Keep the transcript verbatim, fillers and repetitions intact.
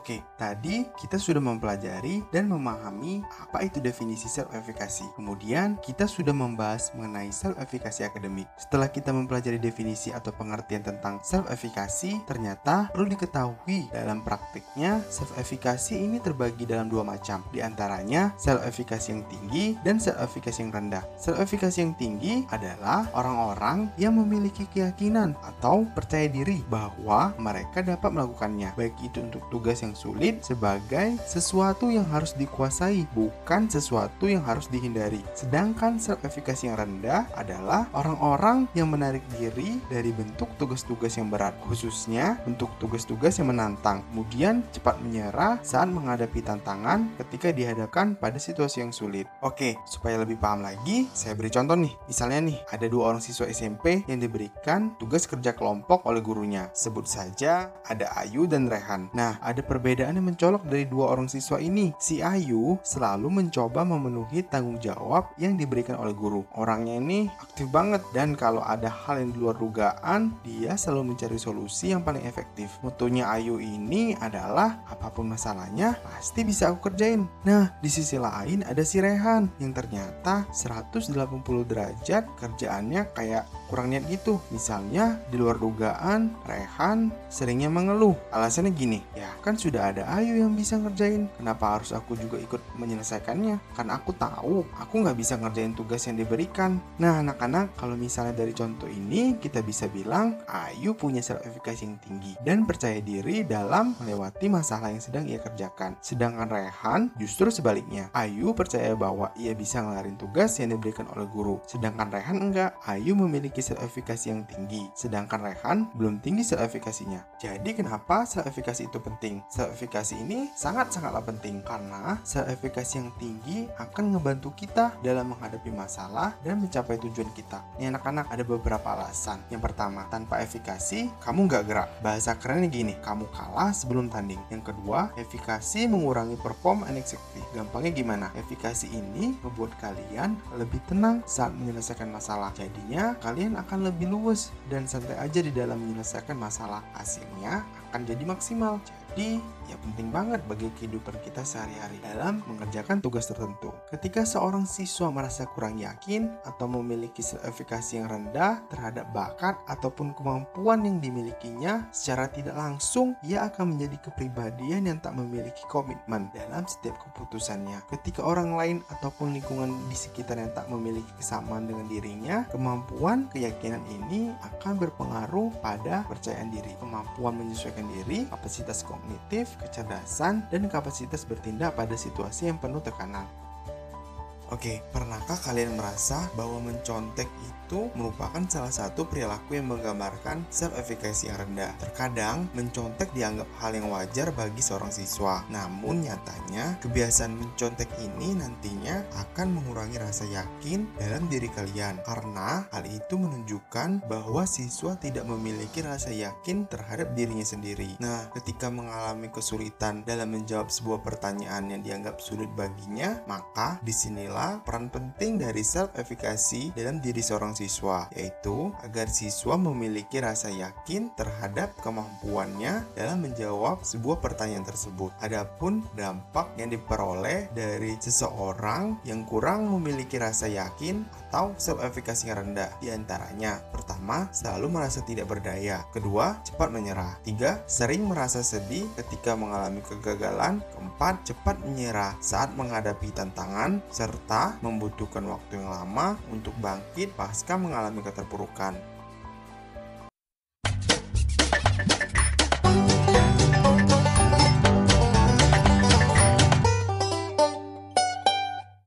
Oke, tadi kita sudah mempelajari dan memahami apa itu definisi self-efikasi. Kemudian kita sudah membahas mengenai self-efikasi akademik. Setelah kita mempelajari definisi atau pengertian tentang self-efikasi, ternyata perlu diketahui dalam praktiknya self-efikasi ini terbagi dalam dua macam. Di antaranya self-efikasi yang tinggi dan self-efikasi yang rendah. Self-efikasi yang tinggi adalah orang-orang yang memiliki keyakinan atau percaya diri bahwa mereka dapat melakukannya, baik itu untuk tugas yang sulit sebagai sesuatu yang harus dikuasai, bukan sesuatu yang harus dihindari. Sedangkan self-efikasi yang rendah adalah orang-orang yang menarik diri dari bentuk tugas-tugas yang berat, khususnya bentuk tugas-tugas yang menantang, kemudian cepat menyerah saat menghadapi tantangan ketika dihadapkan pada situasi yang sulit. Oke, supaya lebih paham lagi, saya beri contoh nih. Misalnya nih, ada dua orang siswa S M P yang diberikan tugas kerja kelompok oleh gurunya. Sebut saja ada Ayu dan Rehan. Nah, ada perbedaan yang mencolok dari dua orang siswa ini. Si Ayu selalu mencoba memenuhi tanggung jawab yang diberikan oleh guru. Orangnya ini aktif banget, dan kalau ada hal yang di luar dugaan, dia selalu mencari solusi yang paling efektif. Motonya Ayu ini adalah apapun masalahnya pasti bisa aku kerjain. Nah, di sisi lain ada si Rehan yang ternyata seratus delapan puluh derajat kerjaannya kayak kurang niat gitu. Misalnya di luar dugaan, Rehan seringnya mengeluh. Alasannya gini, ya kan sudah ada Ayu yang bisa ngerjain, kenapa harus aku juga ikut menyelesaikannya? Kan aku tahu aku nggak bisa ngerjain tugas yang diberikan. Nah anak-anak, kalau misalnya dari contoh ini kita bisa bilang Ayu punya self-efikasi yang tinggi dan percaya diri dalam melewati masalah yang sedang ia kerjakan. Sedangkan Rehan justru sebaliknya, Ayu percaya bahwa ia bisa ngelarin tugas yang diberikan oleh guru, sedangkan Rehan enggak. Ayu memiliki self-efikasi yang tinggi, sedangkan Rehan belum tinggi self-efikasinya. Jadi kenapa self-efikasi itu penting? Self-efikasi ini sangat-sangatlah penting karena self-efikasi yang tinggi akan ngebantu kita dalam menghadapi masalah dan mencapai tujuan kita. Nih anak-anak, ada beberapa alasan. Yang pertama, tanpa efikasi kamu nggak gerak. Bahasa kerennya gini, kamu kalah sebelum tanding. Yang kedua, efikasi mengurangi perform anxiety. Gampangnya gimana? Efikasi ini membuat kalian lebih tenang saat menyelesaikan masalah. Jadinya kalian akan lebih luwes dan santai aja di dalam menyelesaikan masalah. Hasilnya akan jadi maksimal. Jadi ya penting banget bagi kehidupan kita sehari-hari dalam mengerjakan tugas tertentu. Ketika seorang siswa merasa kurang yakin atau memiliki self-efikasi yang rendah terhadap bakat ataupun kemampuan yang dimilikinya, secara tidak langsung ia akan menjadi kepribadian yang tak memiliki komitmen dalam setiap keputusannya. Ketika orang lain ataupun lingkungan di sekitar yang tak memiliki kesamaan dengan dirinya, kemampuan keyakinan ini akan berpengaruh pada kepercayaan diri, kemampuan menyesuaikan diri, kapasitas kognitif, kecerdasan, dan kapasitas bertindak pada situasi yang penuh tekanan. Oke, pernahkah kalian merasa bahwa mencontek itu merupakan salah satu perilaku yang menggambarkan self-efikasi yang rendah? Terkadang, mencontek dianggap hal yang wajar bagi seorang siswa. Namun nyatanya, kebiasaan mencontek ini nantinya akan mengurangi rasa yakin dalam diri kalian. Karena hal itu menunjukkan bahwa siswa tidak memiliki rasa yakin terhadap dirinya sendiri. Nah, ketika mengalami kesulitan dalam menjawab sebuah pertanyaan yang dianggap sulit baginya, maka disinilah peran penting dari self-efikasi dalam diri seorang siswa, yaitu agar siswa memiliki rasa yakin terhadap kemampuannya dalam menjawab sebuah pertanyaan tersebut. Adapun dampak yang diperoleh dari seseorang yang kurang memiliki rasa yakin atau self-efikasi yang rendah, diantaranya pertama, selalu merasa tidak berdaya. Kedua, cepat menyerah. Tiga, sering merasa sedih ketika mengalami kegagalan. Keempat, cepat menyerah saat menghadapi tantangan, serta membutuhkan waktu yang lama untuk bangkit pasca mengalami keterpurukan.